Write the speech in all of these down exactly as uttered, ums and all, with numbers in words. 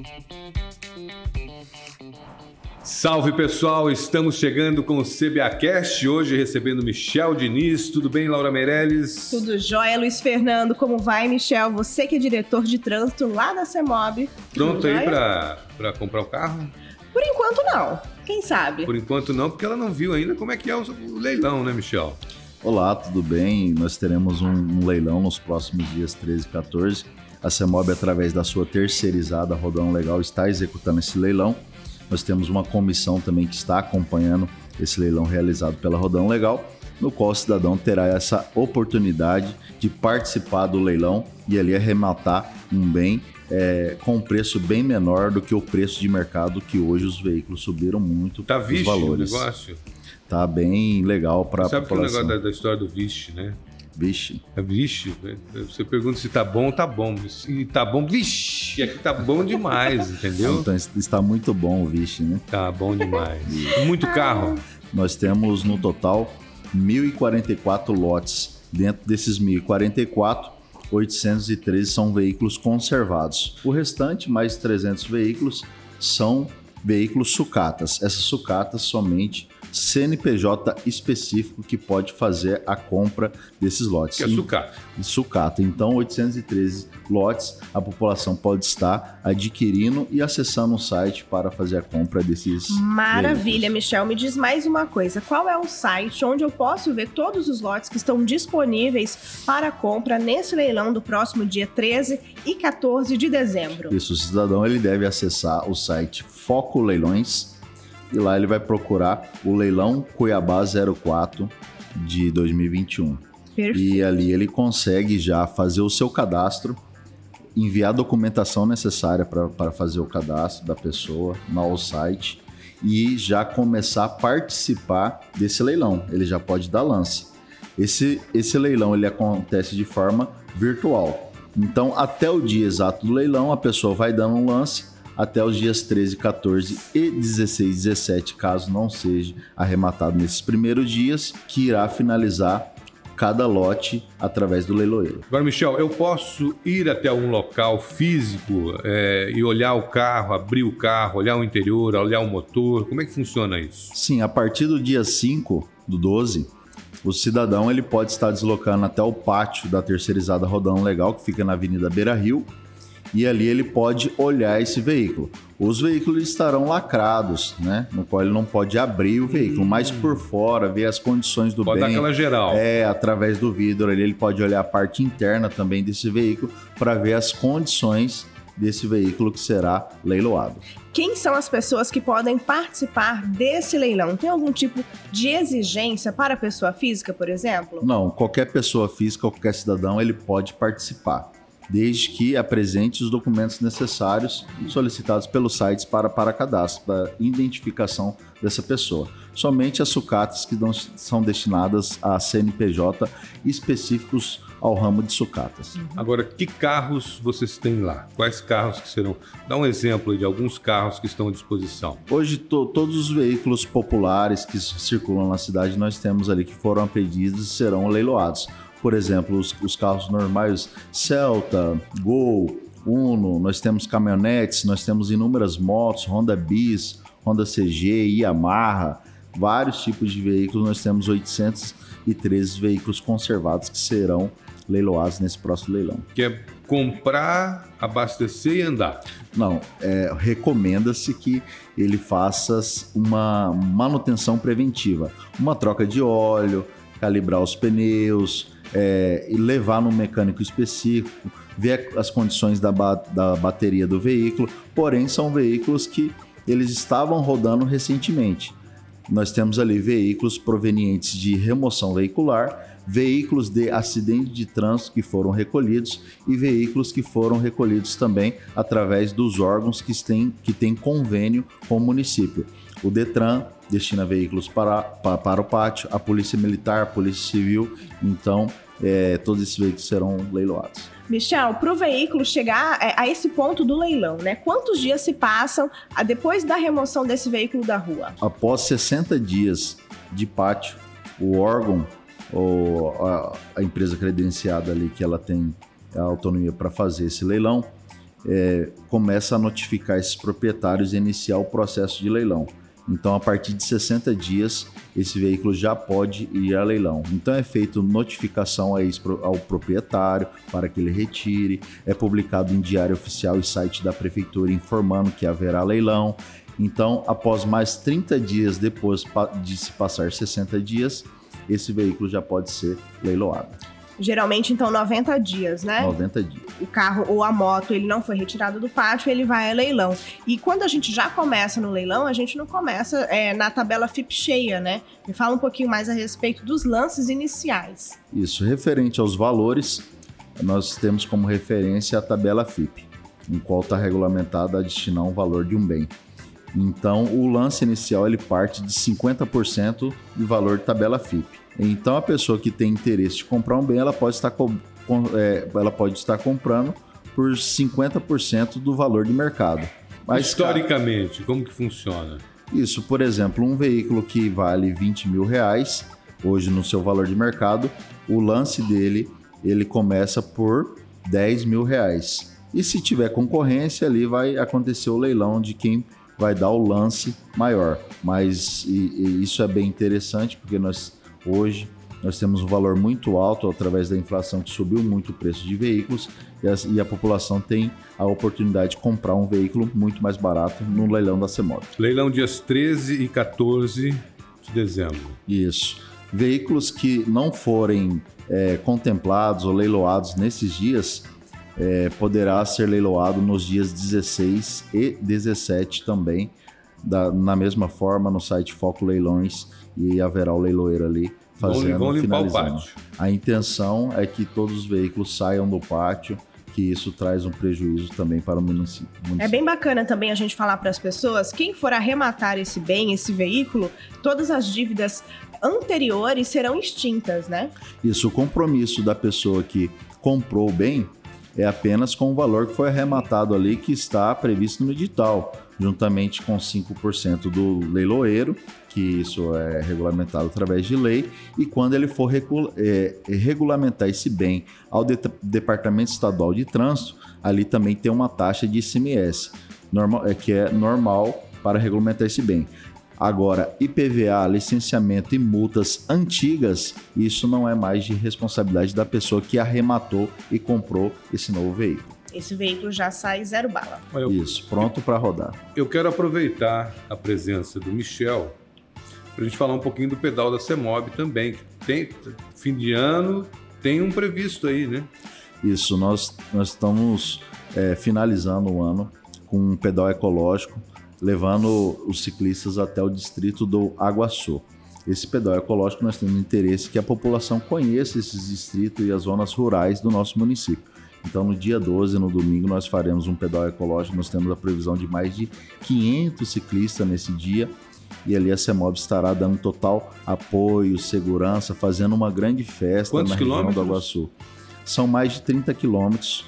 Salve pessoal, estamos chegando com o C B A Cast, hoje recebendo Michel Diniz. Tudo bem, Laura Meirelles? Tudo jóia, Luiz Fernando. Como vai, Michel? Você que é diretor de trânsito lá da CEMOB. Pronto aí para comprar o carro? Por enquanto não, quem sabe? Por enquanto não, porque ela não viu ainda como é que é o, o leilão, né, Michel? Olá, tudo bem? Nós teremos um, um leilão nos próximos dias treze e quatorze. A CEMOB, através da sua terceirizada Rodão Legal, está executando esse leilão. Nós temos uma comissão também que está acompanhando esse leilão realizado pela Rodão Legal, no qual o cidadão terá essa oportunidade de participar do leilão e ali arrematar um bem é, com um preço bem menor do que o preço de mercado, que hoje os veículos subiram muito tá os vixe valores. O negócio? Tá bem legal para a população. Sabe que o negócio da, da história do vixe, né? Vixe. É vixe. Você pergunta se tá bom, tá bom. Se tá bom, vixe. Aqui tá bom demais, entendeu? Então está muito bom o vixe, né? Tá bom demais. Muito carro. Nós temos no total mil e quarenta e quatro lotes. Dentro desses mil e quarenta e quatro, oitocentos e treze são veículos conservados. O restante, mais trezentos veículos, são veículos sucatas. Essas sucatas somente C N P J específico que pode fazer a compra desses lotes. Que é sucata. Sucata. Então, oitocentos e treze lotes, a população pode estar adquirindo e acessando o site para fazer a compra desses Maravilha, veículos. Michel. Me diz mais uma coisa. Qual é o site onde eu posso ver todos os lotes que estão disponíveis para compra nesse leilão do próximo dia treze e quatorze de dezembro? Isso, o cidadão ele deve acessar o site Foco Leilões, e lá ele vai procurar o leilão Cuiabá zero quatro de dois mil e vinte e um. Perfeito. E ali ele consegue já fazer o seu cadastro, enviar a documentação necessária para fazer o cadastro da pessoa no site e já começar a participar desse leilão. Ele já pode dar lance. Esse, esse leilão ele acontece de forma virtual. Então, até o dia exato do leilão, a pessoa vai dando um lance até os dias treze, quatorze e dezesseis, dezessete, caso não seja arrematado nesses primeiros dias, que irá finalizar cada lote através do leiloeiro. Agora, Michel, eu posso ir até um local físico é, e olhar o carro, abrir o carro, olhar o interior, olhar o motor? Como é que funciona isso? Sim, a partir do dia cinco do doze, o cidadão ele pode estar deslocando até o pátio da terceirizada Rodão Legal, que fica na Avenida Beira Rio, e ali ele pode olhar esse veículo. Os veículos estarão lacrados, né? No qual ele não pode abrir o veículo, hum. mas por fora, ver as condições do pode bem. Pode dar aquela geral. É, através do vidro ali, ele pode olhar a parte interna também desse veículo para ver as condições desse veículo que será leiloado. Quem são as pessoas que podem participar desse leilão? Tem algum tipo de exigência para a pessoa física, por exemplo? Não, qualquer pessoa física, qualquer cidadão, ele pode participar, desde que apresente os documentos necessários solicitados pelos sites para, para cadastro, para identificação dessa pessoa. Somente as sucatas que não, são destinadas a C N P J específicos ao ramo de sucatas. Agora, que carros vocês têm lá? Quais carros que serão? Dá um exemplo de alguns carros que estão à disposição. Hoje, to, todos os veículos populares que circulam na cidade, nós temos ali que foram apreendidos e serão leiloados. Por exemplo, os, os carros normais, Celta, Gol, Uno, nós temos caminhonetes, nós temos inúmeras motos, Honda Bis, Honda C G, Yamaha, vários tipos de veículos. Nós temos oitocentos e treze veículos conservados que serão leiloados nesse próximo leilão. Que é comprar, abastecer e andar? Não, é, recomenda-se que ele faça uma manutenção preventiva, uma troca de óleo, calibrar os pneus, É, e levar no mecânico específico, ver as condições da, ba- da bateria do veículo, porém são veículos que eles estavam rodando recentemente. Nós temos ali veículos provenientes de remoção veicular, veículos de acidente de trânsito que foram recolhidos e veículos que foram recolhidos também através dos órgãos que têm, que têm convênio com o município. O Detran destina veículos para, para, para o pátio, a Polícia Militar, a Polícia Civil, então é, todos esses veículos serão leiloados. Michel, para o veículo chegar a esse ponto do leilão, né? Quantos dias se passam depois da remoção desse veículo da rua? Após sessenta dias de pátio, o órgão ou a, a empresa credenciada ali que ela tem a autonomia para fazer esse leilão, é, começa a notificar esses proprietários e iniciar o processo de leilão. Então, a partir de sessenta dias, esse veículo já pode ir a leilão. Então, é feita notificação ao proprietário para que ele retire, é publicado em diário oficial e site da prefeitura informando que haverá leilão. Então, após mais trinta dias depois de se passar sessenta dias, esse veículo já pode ser leiloado. Geralmente, então, noventa dias, né? noventa dias. O carro ou a moto, ele não foi retirado do pátio, ele vai a leilão. E quando a gente já começa no leilão, a gente não começa é, na tabela F I P cheia, né? Me fala um pouquinho mais a respeito dos lances iniciais. Isso, referente aos valores, nós temos como referência a tabela F I P, em qual está regulamentado a destinar um valor de um bem. Então, o lance inicial ele parte de cinquenta por cento do valor de tabela F I P. Então, a pessoa que tem interesse de comprar um bem, ela pode estar, com, é, ela pode estar comprando por cinquenta por cento do valor de mercado. Mas, historicamente, cara, como que funciona? Isso, por exemplo, um veículo que vale vinte mil reais, hoje no seu valor de mercado, o lance dele, ele começa por dez mil reais. E se tiver concorrência, ali vai acontecer o leilão de quem vai dar o lance maior. Mas e, e isso é bem interessante, porque nós... Hoje, nós temos um valor muito alto através da inflação que subiu muito o preço de veículos e a, e a população tem a oportunidade de comprar um veículo muito mais barato no leilão da CEMOB. Leilão dias treze e quatorze de dezembro. Isso. Veículos que não forem é, contemplados ou leiloados nesses dias, é, poderá ser leiloado nos dias dezesseis e dezessete também, da, na mesma forma no site Foco Leilões, e haverá o leiloeiro ali fazendo, vão limpar finalizando. o pátio. A intenção é que todos os veículos saiam do pátio, que isso traz um prejuízo também para o município. É bem bacana também a gente falar para as pessoas, quem for arrematar esse bem, esse veículo, todas as dívidas anteriores serão extintas, né? Isso, o compromisso da pessoa que comprou o bem é apenas com o valor que foi arrematado ali, que está previsto no edital, juntamente com cinco por cento do leiloeiro, que isso é regulamentado através de lei, e quando ele for regula- é, regulamentar esse bem ao de- Departamento Estadual de Trânsito, ali também tem uma taxa de I C M S, normal, é, que é normal para regulamentar esse bem. Agora, I P V A, licenciamento e multas antigas, isso não é mais de responsabilidade da pessoa que arrematou e comprou esse novo veículo. Esse veículo já sai zero bala. Eu, Isso, pronto para rodar. Eu quero aproveitar a presença do Michel para a gente falar um pouquinho do pedal da CEMOB também. Que tem, fim de ano, tem um previsto aí, né? Isso, nós, nós estamos é, finalizando o ano com um pedal ecológico, levando os ciclistas até o distrito do Aguaçu. Esse pedal ecológico nós temos interesse que a população conheça esses distritos e as zonas rurais do nosso município. Então, no dia doze, no domingo, nós faremos um pedal ecológico. Nós temos a previsão de mais de quinhentos ciclistas nesse dia. E ali a CEMOB estará dando total apoio, segurança, fazendo uma grande festa. Quantos na região quilômetros? do Aguaçu. São mais de trinta quilômetros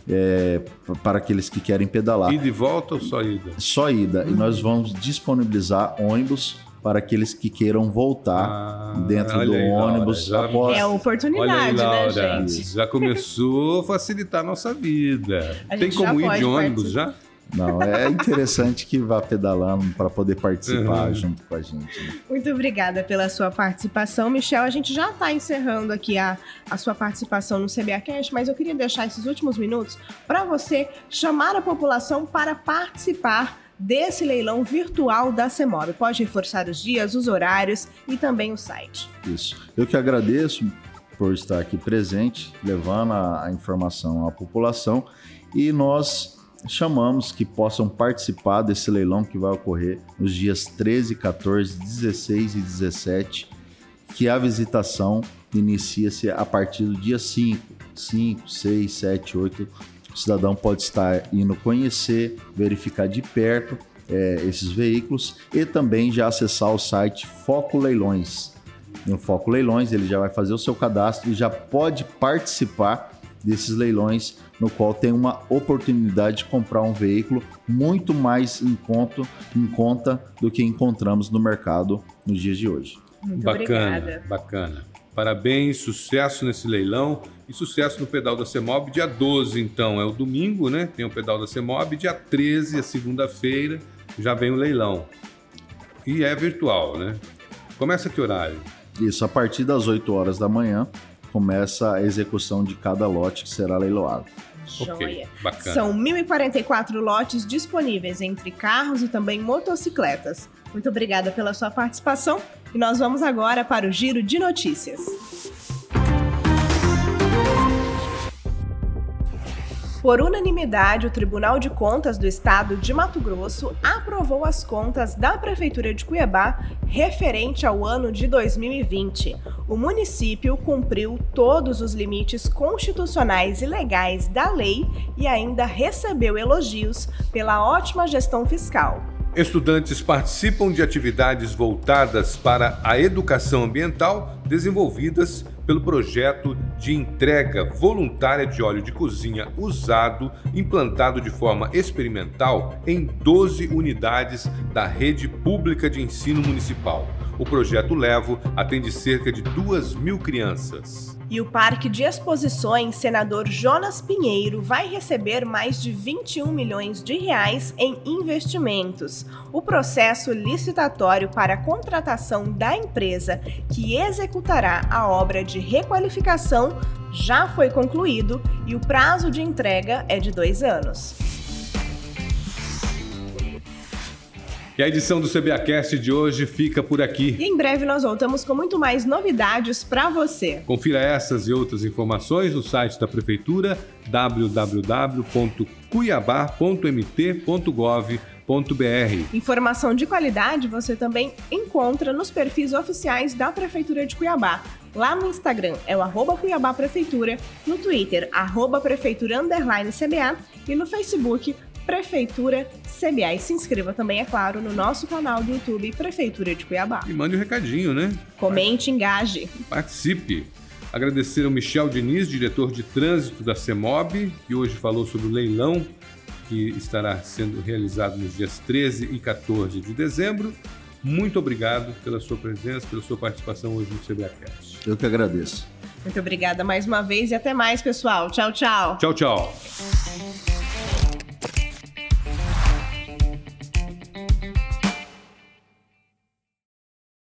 é, para aqueles que querem pedalar. Ida e volta ou só ida? Só ida. Hum. E nós vamos disponibilizar ônibus para aqueles que queiram voltar ah, dentro do aí, ônibus. Laura, após... É a oportunidade, aí, Laura, né, gente? Já começou a facilitar a nossa vida. A Tem como ir de ônibus participar. já? Não, é interessante que vá pedalando para poder participar uhum. junto com a gente. Né? Muito obrigada pela sua participação, Michel. A gente já está encerrando aqui a, a sua participação no C B A Cast, mas eu queria deixar esses últimos minutos para você chamar a população para participar desse leilão virtual da CEMOB. Pode reforçar os dias, os horários e também o site. Isso. Eu que agradeço por estar aqui presente, levando a, a informação à população, e nós chamamos que possam participar desse leilão que vai ocorrer nos dias treze, quatorze, dezesseis e dezessete, que a visitação inicia-se a partir do dia cinco, cinco, seis, sete, oito. O cidadão pode estar indo conhecer, verificar de perto é, esses veículos e também já acessar o site Foco Leilões. No Foco Leilões ele já vai fazer o seu cadastro e já pode participar desses leilões, no qual tem uma oportunidade de comprar um veículo muito mais em conta, em conta do que encontramos no mercado nos dias de hoje. Muito bacana, obrigada. Bacana. Parabéns, sucesso nesse leilão e sucesso no pedal da CEMOB. Dia doze, então, é o domingo, né? Tem o pedal da CEMOB. Dia treze, a segunda-feira, já vem o leilão. E é virtual, né? Começa que horário? Isso, a partir das oito horas da manhã, começa a execução de cada lote que será leiloado. Joia. Ok, bacana. São mil e quarenta e quatro lotes disponíveis entre carros e também motocicletas. Muito obrigada pela sua participação e nós vamos agora para o Giro de Notícias. Por unanimidade, o Tribunal de Contas do Estado de Mato Grosso aprovou as contas da Prefeitura de Cuiabá referente ao ano de dois mil e vinte. O município cumpriu todos os limites constitucionais e legais da lei e ainda recebeu elogios pela ótima gestão fiscal. Estudantes participam de atividades voltadas para a educação ambiental desenvolvidas pelo projeto de entrega voluntária de óleo de cozinha usado, implantado de forma experimental em doze unidades da rede pública de ensino municipal. O projeto Levo atende cerca de duas mil crianças. E o Parque de Exposições Senador Jonas Pinheiro vai receber mais de vinte e um milhões de reais em investimentos. O processo licitatório para a contratação da empresa que executará a obra de requalificação já foi concluído e o prazo de entrega é de dois anos. E a edição do CBAcast de hoje fica por aqui. E em breve nós voltamos com muito mais novidades para você. Confira essas e outras informações no site da Prefeitura, w w w ponto cuiabá ponto m t ponto gov ponto b r. Informação de qualidade você também encontra nos perfis oficiais da Prefeitura de Cuiabá. Lá no Instagram é o arroba Cuiabá Prefeitura, no Twitter, arroba Prefeitura underline C B A e no Facebook, Prefeitura C B A. E se inscreva também, é claro, no nosso canal do YouTube Prefeitura de Cuiabá. E mande um recadinho, né? Comente, engaje. Participe. Agradecer ao Michel Diniz, diretor de trânsito da CEMOB, que hoje falou sobre o leilão que estará sendo realizado nos dias treze e quatorze de dezembro. Muito obrigado pela sua presença, pela sua participação hoje no CBAcast. Eu que agradeço. Muito obrigada mais uma vez e até mais, pessoal. Tchau, tchau. Tchau, tchau.